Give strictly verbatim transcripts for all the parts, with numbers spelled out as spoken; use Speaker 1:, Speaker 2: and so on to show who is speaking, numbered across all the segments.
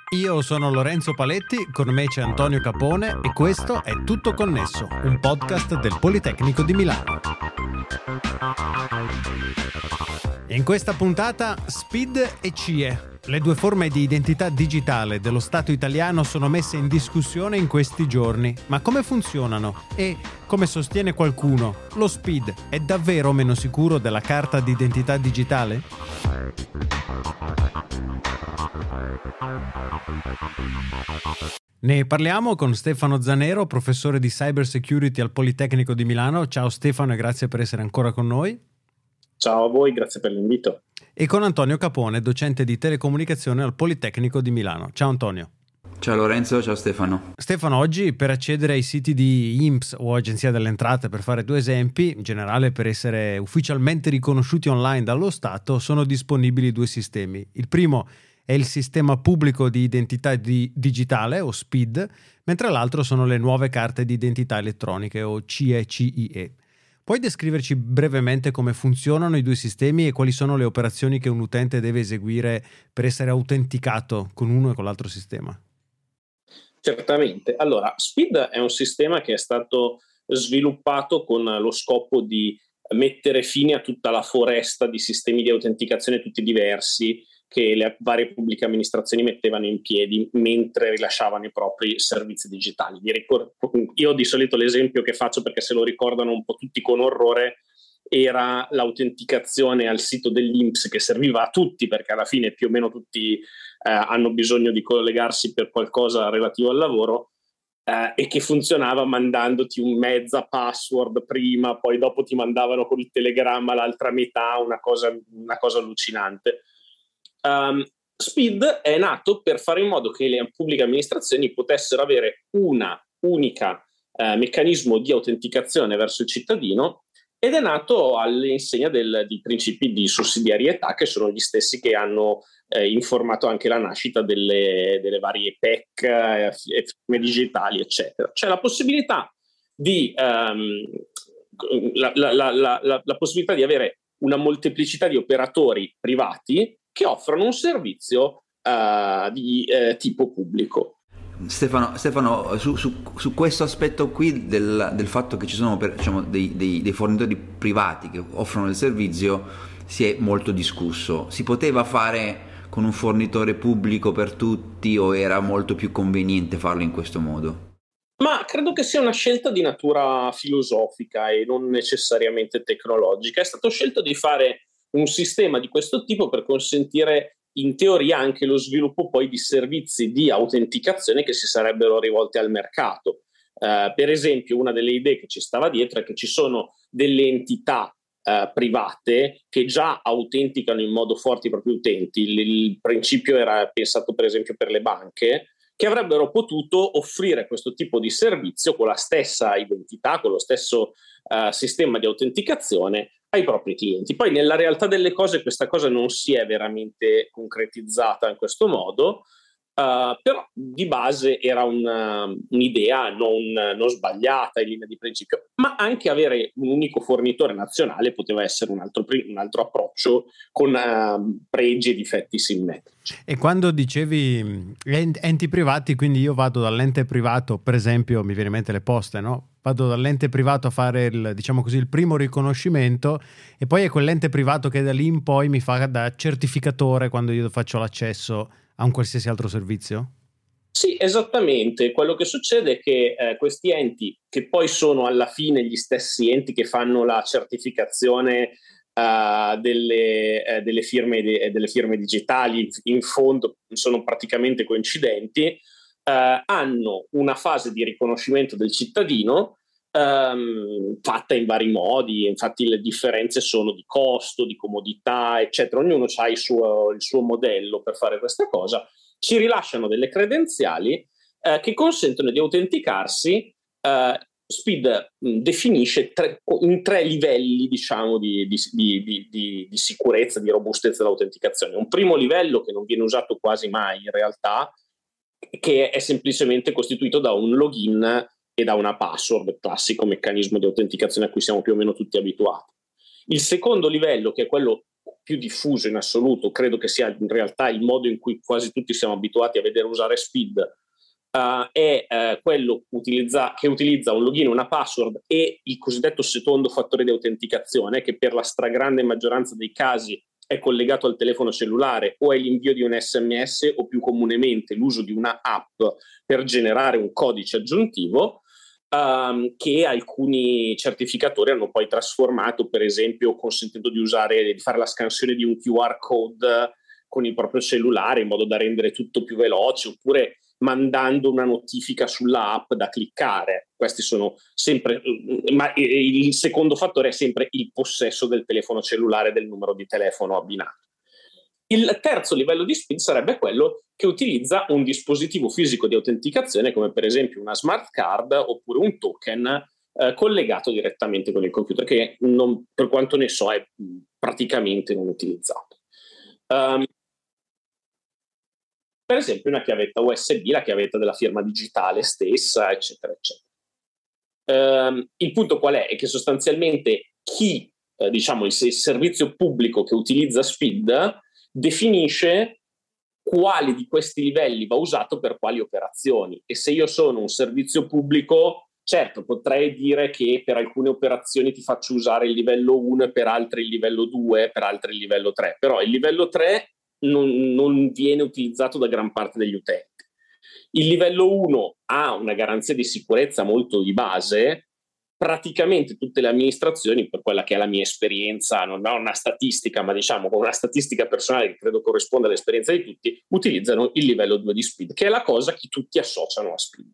Speaker 1: Io sono Lorenzo Paletti, con me c'è Antonio Capone e questo è Tutto Connesso, un podcast del Politecnico di Milano. In questa puntata SPID e C I E. Le due forme di identità digitale dello Stato italiano sono messe in discussione in questi giorni. Ma come funzionano? E, come sostiene qualcuno, lo SPID è davvero meno sicuro della carta d'identità digitale? Ne parliamo con Stefano Zanero, professore di Cyber Security al Politecnico di Milano. Ciao Stefano e grazie per essere ancora con noi.
Speaker 2: Ciao a voi, grazie per l'invito.
Speaker 1: E con Antonio Capone, docente di telecomunicazione al Politecnico di Milano. Ciao Antonio.
Speaker 3: Ciao Lorenzo, ciao Stefano.
Speaker 1: Stefano, oggi per accedere ai siti di I N P S o Agenzia delle Entrate, per fare due esempi, in generale per essere ufficialmente riconosciuti online dallo Stato, sono disponibili due sistemi. Il primo è il sistema pubblico di identità di digitale o SPID, mentre l'altro sono le nuove carte di identità elettroniche o C E C I E. Puoi descriverci brevemente come funzionano i due sistemi e quali sono le operazioni che un utente deve eseguire per essere autenticato con uno e con l'altro sistema?
Speaker 2: Certamente. Allora, SPID è un sistema che è stato sviluppato con lo scopo di mettere fine a tutta la foresta di sistemi di autenticazione tutti diversi che le varie pubbliche amministrazioni mettevano in piedi mentre rilasciavano i propri servizi digitali. Io di solito l'esempio che faccio, perché se lo ricordano un po' tutti con orrore, era l'autenticazione al sito dell'I N P S che serviva a tutti, perché alla fine più o meno tutti eh, hanno bisogno di collegarsi per qualcosa relativo al lavoro, eh, e che funzionava mandandoti un mezza password prima, poi dopo ti mandavano con il telegramma l'altra metà, una cosa, una cosa allucinante. Um, SPID è nato per fare in modo che le pubbliche amministrazioni potessero avere una unica eh, meccanismo di autenticazione verso il cittadino, ed è nato all'insegna del, di principi di sussidiarietà, che sono gli stessi che hanno eh, informato anche la nascita delle, delle varie P E C, eh, firme digitali, eccetera. C'è la possibilità di um, la, la, la, la, la possibilità di avere una molteplicità di operatori privati che offrono un servizio uh, di uh, tipo pubblico.
Speaker 3: Stefano, Stefano su, su, su questo aspetto qui del, del fatto che ci sono per, diciamo, dei, dei, dei fornitori privati che offrono il servizio si è molto discusso. Si poteva fare con un fornitore pubblico per tutti o era molto più conveniente farlo in questo modo?
Speaker 2: Ma credo che sia una scelta di natura filosofica e non necessariamente tecnologica. È stato scelto di fare un sistema di questo tipo per consentire in teoria anche lo sviluppo poi di servizi di autenticazione che si sarebbero rivolti al mercato. Uh, per esempio, una delle idee che ci stava dietro è che ci sono delle entità uh, private che già autenticano in modo forte i propri utenti. Il, il principio era pensato per esempio per le banche, che avrebbero potuto offrire questo tipo di servizio con la stessa identità, con lo stesso uh, sistema di autenticazione ai propri clienti. Poi nella realtà delle cose questa cosa non si è veramente concretizzata in questo modo, uh, però di base era una, un'idea non, non sbagliata in linea di principio, ma anche avere un unico fornitore nazionale poteva essere un altro, un altro approccio con uh, pregi e difetti simmetrici.
Speaker 1: E quando dicevi enti privati, quindi io vado dall'ente privato, per esempio mi viene in mente le poste, no? Vado dall'ente privato a fare il, diciamo così, il primo riconoscimento e poi è quell'ente privato che da lì in poi mi fa da certificatore quando io faccio l'accesso a un qualsiasi altro servizio?
Speaker 2: Sì, esattamente. Quello che succede è che eh, questi enti, che poi sono alla fine gli stessi enti che fanno la certificazione uh, delle, eh, delle, firme de, delle firme digitali, in fondo sono praticamente coincidenti, Uh, hanno una fase di riconoscimento del cittadino um, fatta in vari modi. Infatti le differenze sono di costo, di comodità, eccetera. Ognuno ha il suo, il suo modello per fare questa cosa. Ci rilasciano delle credenziali uh, che consentono di autenticarsi. Uh, SPID mh, definisce tre, in tre livelli, diciamo, di, di, di, di, di sicurezza, di robustezza dell'autenticazione. Un primo livello che non viene usato quasi mai in realtà, che è semplicemente costituito da un login e da una password, classico meccanismo di autenticazione a cui siamo più o meno tutti abituati. Il secondo livello, che è quello più diffuso in assoluto, credo che sia in realtà il modo in cui quasi tutti siamo abituati a vedere usare Speed, uh, è uh, quello utilizza, che utilizza un login, una password e il cosiddetto secondo fattore di autenticazione, che per la stragrande maggioranza dei casi è collegato al telefono cellulare o è l'invio di un S M S o più comunemente l'uso di una app per generare un codice aggiuntivo, um, che alcuni certificatori hanno poi trasformato, per esempio consentendo di usare, di fare la scansione di un Q R code con il proprio cellulare in modo da rendere tutto più veloce, oppure mandando una notifica sulla app da cliccare. Questi sono sempre, ma il secondo fattore è sempre il possesso del telefono cellulare, del numero di telefono abbinato. Il terzo livello di Speed sarebbe quello che utilizza un dispositivo fisico di autenticazione, come per esempio una smart card oppure un token eh, collegato direttamente con il computer, che non, per quanto ne so è praticamente non utilizzato. Um, Per esempio una chiavetta U S B, la chiavetta della firma digitale stessa, eccetera, eccetera. Um, il punto qual è? È che sostanzialmente chi, eh, diciamo, il, il servizio pubblico che utilizza Speed definisce quali di questi livelli va usato per quali operazioni. E se io sono un servizio pubblico, certo, potrei dire che per alcune operazioni ti faccio usare il livello uno e per altre il livello due, per altre il livello tre. Però il livello tre Non, non viene utilizzato da gran parte degli utenti. Il livello uno ha una garanzia di sicurezza molto di base. Praticamente tutte le amministrazioni, per quella che è la mia esperienza, non ho una statistica, ma diciamo con una statistica personale che credo corrisponda all'esperienza di tutti, utilizzano il livello due di Speed, che è la cosa che tutti associano a Speed.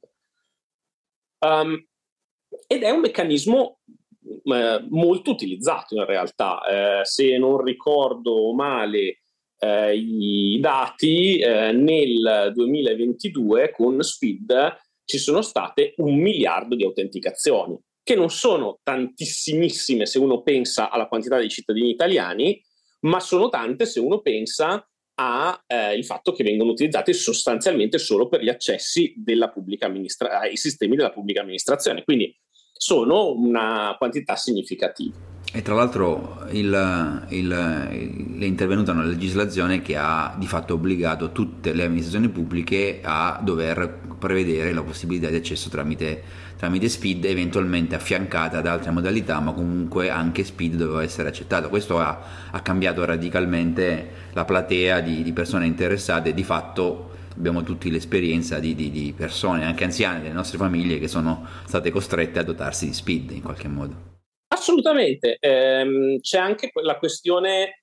Speaker 2: Um, ed è un meccanismo eh, molto utilizzato in realtà. Eh, se non ricordo male Eh, i dati, eh, nel duemilaventidue con Speed ci sono state un miliardo di autenticazioni, che non sono tantissimissime se uno pensa alla quantità di cittadini italiani, ma sono tante se uno pensa al eh, fatto che vengono utilizzate sostanzialmente solo per gli accessi della pubblica amministra- ai sistemi della pubblica amministrazione, quindi sono una quantità significativa.
Speaker 3: E tra l'altro il, il, è intervenuta una legislazione che ha di fatto obbligato tutte le amministrazioni pubbliche a dover prevedere la possibilità di accesso tramite, tramite Speed, eventualmente affiancata da altre modalità, ma comunque anche Speed doveva essere accettato. Questo ha, ha cambiato radicalmente la platea di, di persone interessate. Di fatto abbiamo tutti l'esperienza di, di, di persone, anche anziane delle nostre famiglie, che sono state costrette a dotarsi di Speed in qualche modo.
Speaker 2: Assolutamente, ehm, c'è anche la questione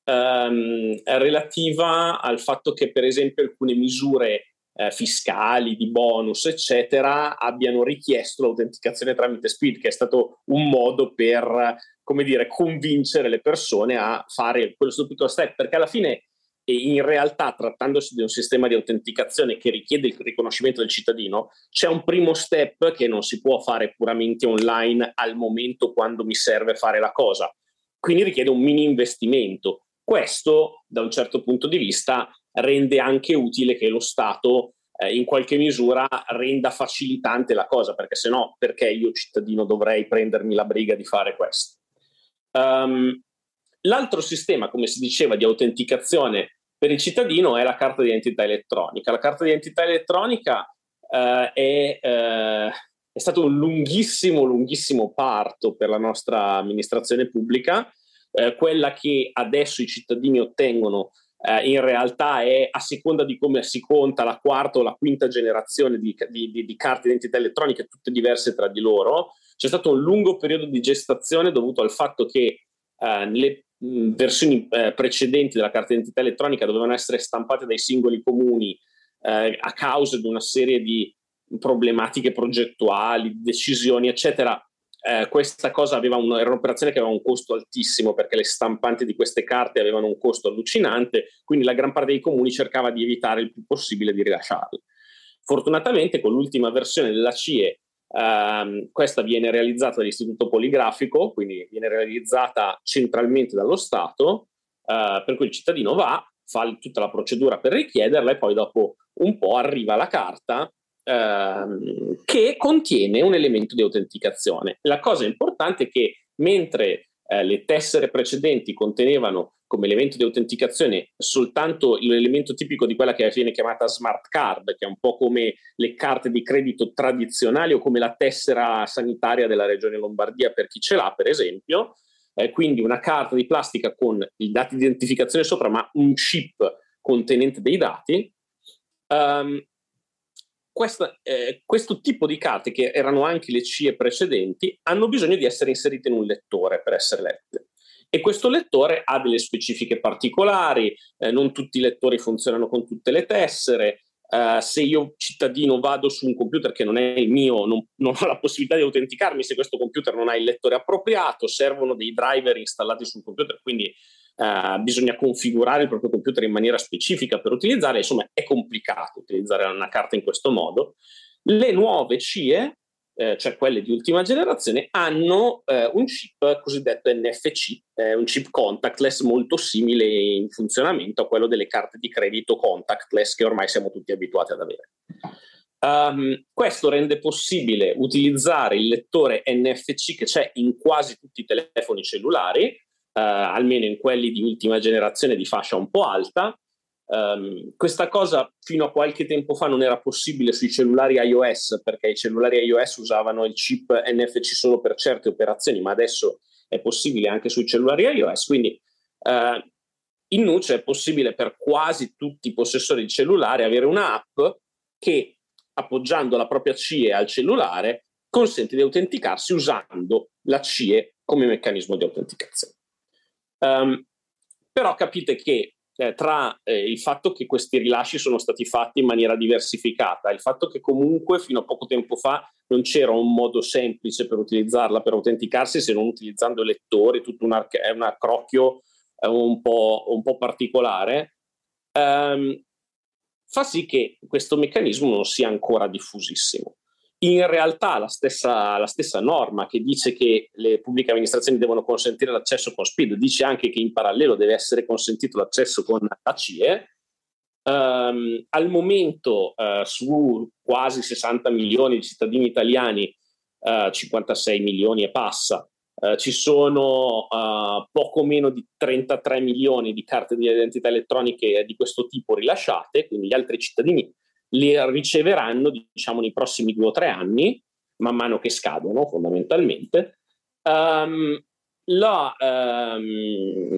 Speaker 2: ehm, relativa al fatto che per esempio alcune misure eh, fiscali, di bonus eccetera abbiano richiesto l'autenticazione tramite Speed, che è stato un modo per, come dire, convincere le persone a fare quello piccolo step, perché alla fine in realtà, trattandosi di un sistema di autenticazione che richiede il riconoscimento del cittadino, c'è un primo step che non si può fare puramente online al momento quando mi serve fare la cosa, quindi richiede un mini investimento. Questo, da un certo punto di vista, rende anche utile che lo Stato eh, in qualche misura renda facilitante la cosa, perché se no perché io cittadino dovrei prendermi la briga di fare questo? Um, L'altro sistema, come si diceva, di autenticazione per il cittadino è la carta di identità elettronica. La carta di identità elettronica eh, è, eh, è stato un lunghissimo, lunghissimo parto per la nostra amministrazione pubblica. Eh, quella che adesso i cittadini ottengono eh, in realtà è, a seconda di come si conta, la quarta o la quinta generazione di, di, di, di carte di identità elettroniche, tutte diverse tra di loro. C'è stato un lungo periodo di gestazione dovuto al fatto che Uh, le mh, versioni uh, precedenti della carta d'identità elettronica dovevano essere stampate dai singoli comuni uh, a causa di una serie di problematiche progettuali, decisioni eccetera. Uh, questa cosa aveva un, era un'operazione che aveva un costo altissimo, perché le stampanti di queste carte avevano un costo allucinante, quindi la gran parte dei comuni cercava di evitare il più possibile di rilasciarle. Fortunatamente con l'ultima versione della C I E Uh, questa viene realizzata dall'Istituto Poligrafico, quindi viene realizzata centralmente dallo Stato, uh, per cui il cittadino va, fa tutta la procedura per richiederla e poi dopo un po' arriva la carta uh, che contiene un elemento di autenticazione. La cosa importante è che mentre eh, le tessere precedenti contenevano come elemento di autenticazione soltanto l'elemento tipico di quella che viene chiamata smart card, che è un po' come le carte di credito tradizionali o come la tessera sanitaria della regione Lombardia per chi ce l'ha, per esempio, eh, quindi una carta di plastica con i dati di identificazione sopra, ma un chip contenente dei dati. Um, questa, eh, questo tipo di carte, che erano anche le C E precedenti, hanno bisogno di essere inserite in un lettore per essere lette. E questo lettore ha delle specifiche particolari, eh, non tutti i lettori funzionano con tutte le tessere. Uh, se io cittadino vado su un computer che non è il mio, non, non ho la possibilità di autenticarmi se questo computer non ha il lettore appropriato, servono dei driver installati sul computer, quindi uh, bisogna configurare il proprio computer in maniera specifica per utilizzare. Insomma, è complicato utilizzare una carta in questo modo. Le nuove C E, eh, cioè quelle di ultima generazione, hanno eh, un chip cosiddetto N F C, eh, un chip contactless molto simile in funzionamento a quello delle carte di credito contactless che ormai siamo tutti abituati ad avere. Um, questo rende possibile utilizzare il lettore N F C che c'è in quasi tutti i telefoni cellulari, uh, almeno in quelli di ultima generazione di fascia un po' alta. Um, questa cosa fino a qualche tempo fa non era possibile sui cellulari iOS, perché i cellulari iOS usavano il chip N F C solo per certe operazioni, ma adesso è possibile anche sui cellulari iOS, quindi uh, in Nuce è possibile per quasi tutti i possessori di cellulare avere un'app che, appoggiando la propria C E al cellulare, consente di autenticarsi usando la C E come meccanismo di autenticazione. Um, però capite che Eh, tra eh, il fatto che questi rilasci sono stati fatti in maniera diversificata, il fatto che comunque fino a poco tempo fa non c'era un modo semplice per utilizzarla, per autenticarsi, se non utilizzando lettori, tutto un, arc- un accrocchio eh, un, po', un po' particolare, ehm, fa sì che questo meccanismo non sia ancora diffusissimo. In realtà la stessa, la stessa norma che dice che le pubbliche amministrazioni devono consentire l'accesso con SPID dice anche che in parallelo deve essere consentito l'accesso con la C E. Um, al momento uh, su quasi sessanta milioni di cittadini italiani, uh, cinquantasei milioni e passa, uh, ci sono uh, poco meno di trentatré milioni di carte di identità elettroniche di questo tipo rilasciate, quindi gli altri cittadini le riceveranno, diciamo, nei prossimi due o tre anni, man mano che scadono fondamentalmente. Um, la, um,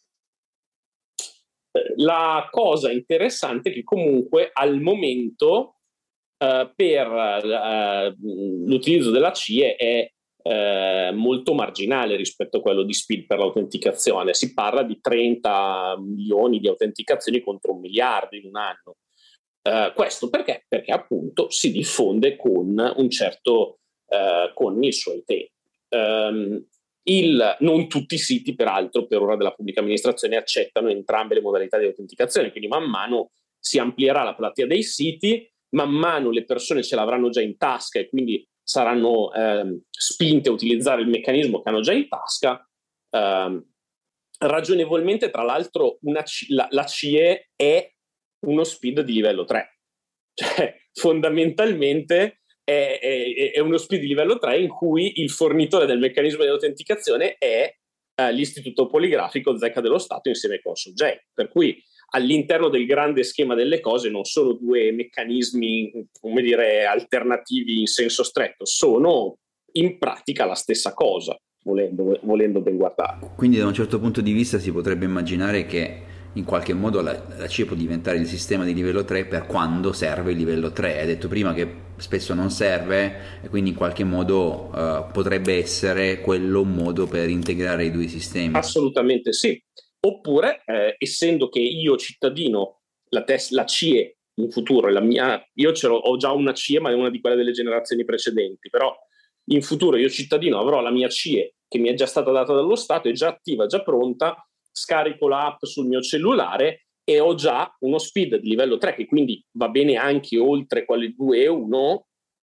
Speaker 2: la cosa interessante è che comunque al momento uh, per uh, l'utilizzo della C E è uh, molto marginale rispetto a quello di SPID per l'autenticazione. Si parla di trenta milioni di autenticazioni contro un miliardo in un anno. Uh, questo perché? Perché appunto si diffonde con un certo uh, con i suoi tempi. Um, il, non tutti i siti, peraltro, per ora della pubblica amministrazione accettano entrambe le modalità di autenticazione, quindi man mano si amplierà la platea dei siti, man mano le persone ce l'avranno già in tasca e quindi saranno um, spinte a utilizzare il meccanismo che hanno già in tasca. Um, ragionevolmente, tra l'altro, una C- la, la C E è uno SPID di livello tre, cioè fondamentalmente è, è, è uno SPID di livello tre in cui il fornitore del meccanismo di autenticazione è eh, l'Istituto Poligrafico Zecca dello Stato insieme con Sogei, per cui all'interno del grande schema delle cose non sono due meccanismi, come dire, alternativi in senso stretto, sono in pratica la stessa cosa, volendo, volendo ben guardare.
Speaker 3: Quindi da un certo punto di vista si potrebbe immaginare che in qualche modo la, la C E può diventare il sistema di livello tre per quando serve il livello tre. Hai detto prima che spesso non serve e quindi in qualche modo uh, potrebbe essere quello un modo per integrare i due sistemi.
Speaker 2: Assolutamente sì. Oppure, eh, essendo che io cittadino, la, tes- la C E in futuro, la mia, io ce l'ho, ho già una C E ma è una di quelle delle generazioni precedenti, però in futuro io cittadino avrò la mia C E che mi è già stata data dallo Stato, è già attiva, già pronta, scarico l'app sul mio cellulare e ho già uno SPID di livello tre che quindi va bene anche oltre quelli due e uno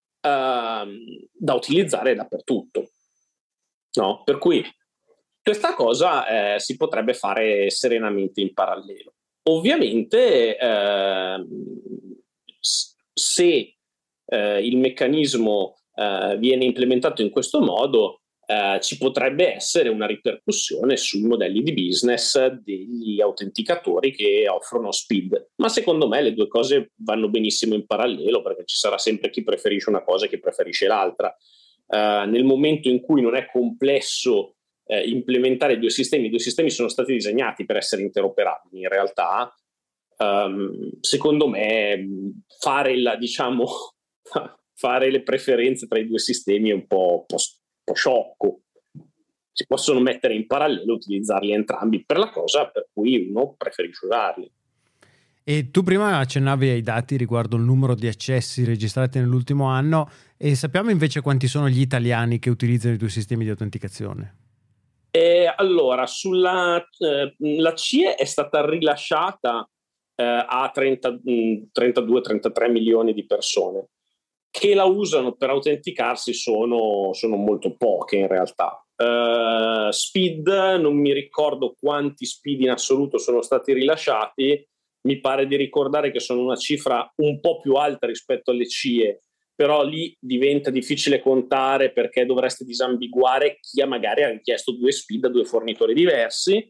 Speaker 2: ehm, da utilizzare dappertutto, no? Per cui questa cosa eh, si potrebbe fare serenamente in parallelo. Ovviamente eh, se eh, il meccanismo eh, viene implementato in questo modo Uh, ci potrebbe essere una ripercussione sui modelli di business degli autenticatori che offrono Speed, ma secondo me le due cose vanno benissimo in parallelo, perché ci sarà sempre chi preferisce una cosa e chi preferisce l'altra. Uh, nel momento in cui non è complesso uh, implementare i due sistemi, i due sistemi sono stati disegnati per essere interoperabili in realtà. Um, secondo me fare la, diciamo fare le preferenze tra i due sistemi è un po', po', po' sciocco. Si possono mettere in parallelo e utilizzarli entrambi per la cosa per cui uno preferisce usarli.
Speaker 1: E tu prima accennavi ai dati riguardo il numero di accessi registrati nell'ultimo anno, e sappiamo invece quanti sono gli italiani che utilizzano i due sistemi di autenticazione?
Speaker 2: E allora, sulla eh, la C I E è stata rilasciata eh, a trentadue trentatré milioni di persone. Che la usano per autenticarsi sono, sono molto poche in realtà. Uh, Speed, non mi ricordo quanti Speed in assoluto sono stati rilasciati, mi pare di ricordare che sono una cifra un po' più alta rispetto alle C I E, però lì diventa difficile contare perché dovreste disambiguare chi ha magari ha richiesto due Speed a due fornitori diversi.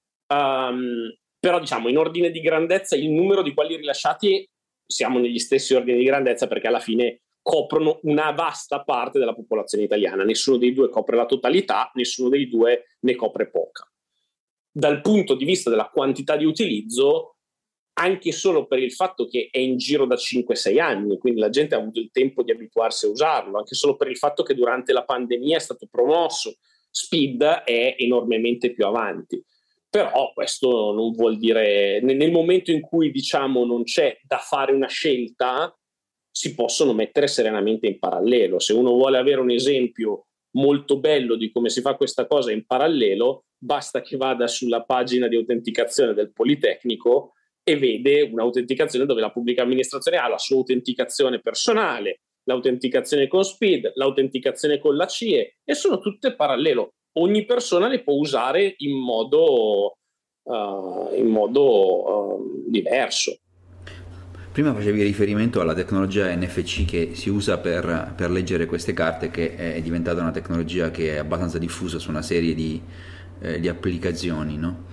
Speaker 2: Um, però diciamo in ordine di grandezza il numero di quelli rilasciati siamo negli stessi ordini di grandezza, perché alla fine coprono una vasta parte della popolazione italiana. Nessuno dei due copre la totalità, nessuno dei due ne copre poca. Dal punto di vista della quantità di utilizzo, anche solo per il fatto che è in giro da cinque sei anni, quindi la gente ha avuto il tempo di abituarsi a usarlo, anche solo per il fatto che durante la pandemia è stato promosso, Speed è enormemente più avanti. Però questo non vuol dire, nel momento in cui diciamo non c'è da fare una scelta, si possono mettere serenamente in parallelo. Se uno vuole avere un esempio molto bello di come si fa questa cosa in parallelo, basta che vada sulla pagina di autenticazione del Politecnico e vede un'autenticazione dove la pubblica amministrazione ha la sua autenticazione personale, l'autenticazione con Speed, l'autenticazione con la C I E, e sono tutte parallelo. Ogni persona le può usare in modo, uh, in modo uh, diverso.
Speaker 3: Prima facevi riferimento alla tecnologia N F C che si usa per, per leggere queste carte, che è diventata una tecnologia che è abbastanza diffusa su una serie di, eh, di applicazioni, no?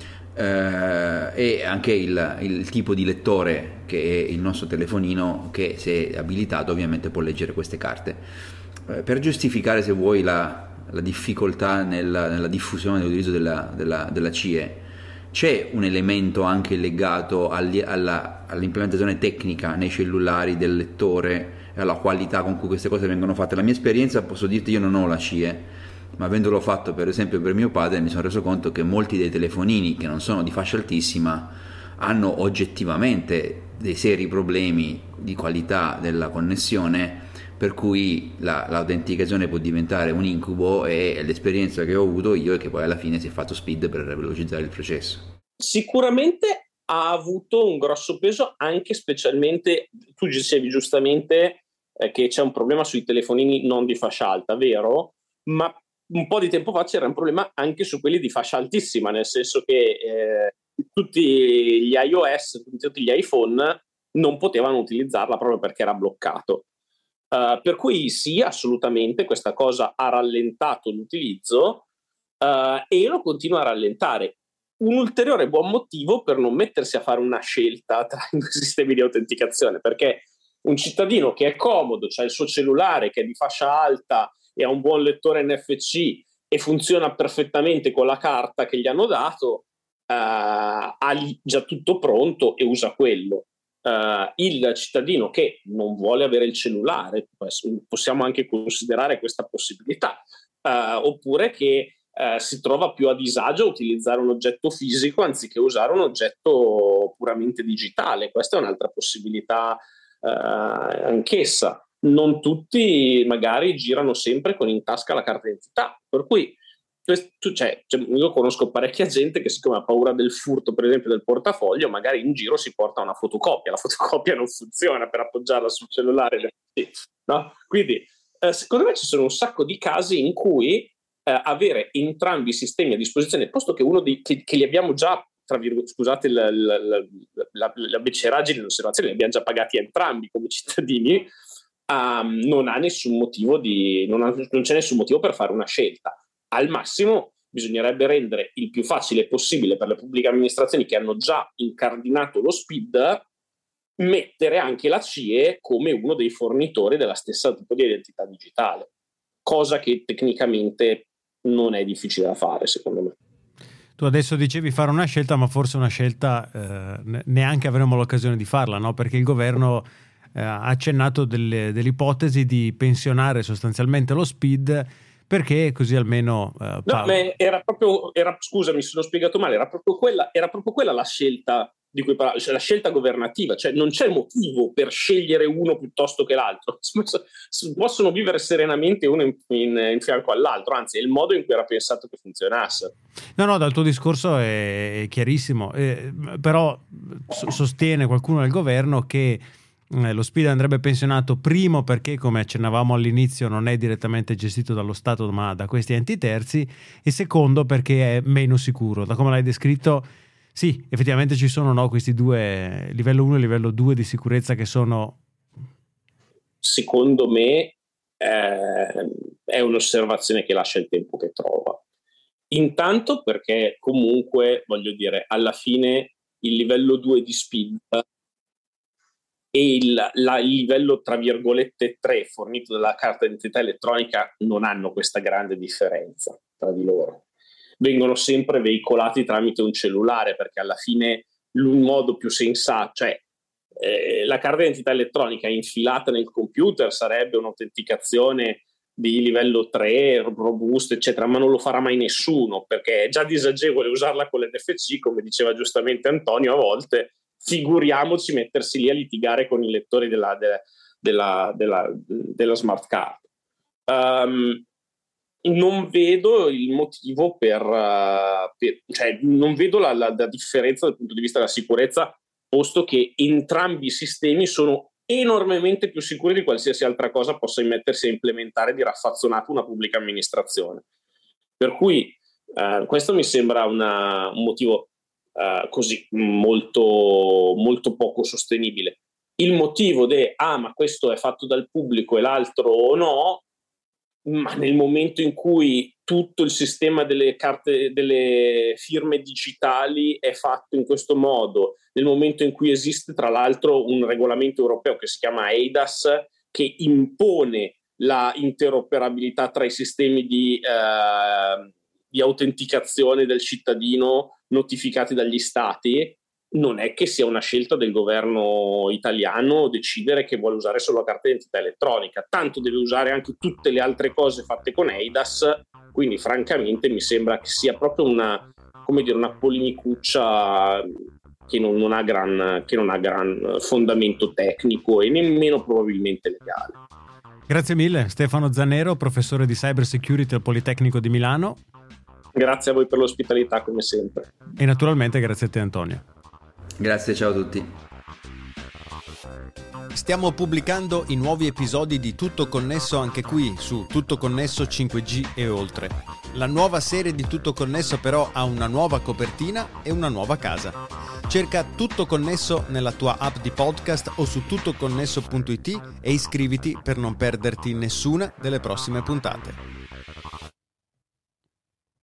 Speaker 3: Eh, e anche il, il tipo di lettore che è il nostro telefonino, che se è abilitato ovviamente può leggere queste carte. Eh, per giustificare, se vuoi, la, la difficoltà nella, nella diffusione dell'utilizzo della, della, della C I E, c'è un elemento anche legato agli, alla, all'implementazione tecnica nei cellulari del lettore e alla qualità con cui queste cose vengono fatte. La mia esperienza, posso dirti, io non ho la C I E, ma avendolo fatto per esempio per mio padre mi sono reso conto che molti dei telefonini che non sono di fascia altissima hanno oggettivamente dei seri problemi di qualità della connessione, per cui la, l'autenticazione può diventare un incubo, e l'esperienza che ho avuto io è che poi alla fine si è fatto Speed per velocizzare il processo.
Speaker 2: Sicuramente ha avuto un grosso peso anche specialmente, tu dicevi giustamente eh, che c'è un problema sui telefonini non di fascia alta, vero? Ma un po' di tempo fa c'era un problema anche su quelli di fascia altissima, nel senso che eh, tutti gli iOS, tutti gli iPhone non potevano utilizzarla proprio perché era bloccato. Uh, per cui sì, assolutamente questa cosa ha rallentato l'utilizzo uh, e lo continua a rallentare. Un ulteriore buon motivo per non mettersi a fare una scelta tra i due sistemi di autenticazione, perché un cittadino che è comodo, c'ha il suo cellulare che è di fascia alta e ha un buon lettore N F C e funziona perfettamente con la carta che gli hanno dato, uh, ha già tutto pronto e usa quello. Uh, il cittadino che non vuole avere il cellulare, possiamo anche considerare questa possibilità, uh, oppure che uh, si trova più a disagio a utilizzare un oggetto fisico anziché usare un oggetto puramente digitale. Questa è un'altra possibilità uh, anch'essa. Non tutti magari girano sempre con in tasca la carta d'identità, per cui questo, cioè, cioè, io conosco parecchia gente che, siccome ha paura del furto, per esempio del portafoglio, magari in giro si porta una fotocopia. La fotocopia non funziona per appoggiarla sul cellulare, no? Quindi eh, secondo me ci sono un sacco di casi in cui eh, avere entrambi i sistemi a disposizione, posto che uno di, che, che li abbiamo già, tra virgolette, scusate la, la, la, la, la beceraggine, l'osservazione, li abbiamo già pagati entrambi come cittadini, um, non ha nessun motivo di non, ha, non c'è nessun motivo per fare una scelta. Al massimo bisognerebbe rendere il più facile possibile per le pubbliche amministrazioni che hanno già incardinato lo SPID mettere anche la C I E come uno dei fornitori della stessa tipo di identità digitale, cosa che tecnicamente non è difficile da fare, secondo me.
Speaker 1: Tu adesso dicevi fare una scelta, ma forse una scelta eh, neanche avremo l'occasione di farla, no? Perché il governo eh, ha accennato delle, dell'ipotesi di pensionare sostanzialmente lo SPID, perché così almeno eh,
Speaker 2: no, ma era proprio era, scusa, mi sono spiegato male, era proprio quella, era proprio quella la scelta di cui parlavo, cioè la scelta governativa, cioè non c'è motivo per scegliere uno piuttosto che l'altro, possono vivere serenamente uno in, in, in fianco all'altro, anzi è il modo in cui era pensato che funzionasse.
Speaker 1: No, no, dal tuo discorso è, è chiarissimo, eh, però sostiene qualcuno del governo che eh, lo SPID andrebbe pensionato, primo perché, come accennavamo all'inizio, non è direttamente gestito dallo Stato ma da questi enti terzi, e secondo perché è meno sicuro. Da come l'hai descritto, sì, effettivamente ci sono, no, questi due, livello uno e livello due di sicurezza, che sono...
Speaker 2: Secondo me eh, è un'osservazione che lascia il tempo che trova. Intanto perché comunque, voglio dire, alla fine il livello due di SPID e il, la, il livello tra virgolette tre fornito dalla carta d'identità elettronica non hanno questa grande differenza tra di loro. Vengono sempre veicolati tramite un cellulare, perché alla fine il modo più sensato, cioè eh, la carta d'identità elettronica infilata nel computer sarebbe un'autenticazione di livello tre, robusto, eccetera, ma non lo farà mai nessuno, perché è già disagevole usarla con l'N F C, come diceva giustamente Antonio a volte, figuriamoci mettersi lì a litigare con i lettori della, della, della, della, della smart card. Um, non vedo il motivo per, uh, per cioè non vedo la, la, la differenza dal punto di vista della sicurezza, posto che entrambi i sistemi sono enormemente più sicuri di qualsiasi altra cosa possa mettersi a implementare di raffazzonato una pubblica amministrazione. Per cui uh, questo mi sembra una, un motivo uh, così molto, molto poco sostenibile. Il motivo de ah ma questo è fatto dal pubblico e l'altro no, ma nel momento in cui tutto il sistema delle carte, delle firme digitali è fatto in questo modo, nel momento in cui esiste tra l'altro un regolamento europeo che si chiama eIDAS, che impone la interoperabilità tra i sistemi di, eh, di autenticazione del cittadino notificati dagli stati, non è che sia una scelta del governo italiano decidere che vuole usare solo la carta d'identità elettronica, tanto deve usare anche tutte le altre cose fatte con eIDAS, quindi francamente mi sembra che sia proprio una, come dire, una polemicuccia che non, non ha gran, che non ha gran fondamento tecnico e nemmeno probabilmente legale.
Speaker 1: Grazie mille Stefano Zannero, professore di Cyber Security al Politecnico di Milano.
Speaker 2: Grazie a voi per l'ospitalità come sempre.
Speaker 1: E naturalmente grazie a te Antonio.
Speaker 3: Grazie, ciao a tutti.
Speaker 1: Stiamo pubblicando i nuovi episodi di Tutto Connesso anche qui su Tutto Connesso cinque G e oltre. La nuova serie di Tutto Connesso però ha una nuova copertina e una nuova casa. Cerca Tutto Connesso nella tua app di podcast o su tuttoconnesso punto it e iscriviti per non perderti nessuna delle prossime puntate.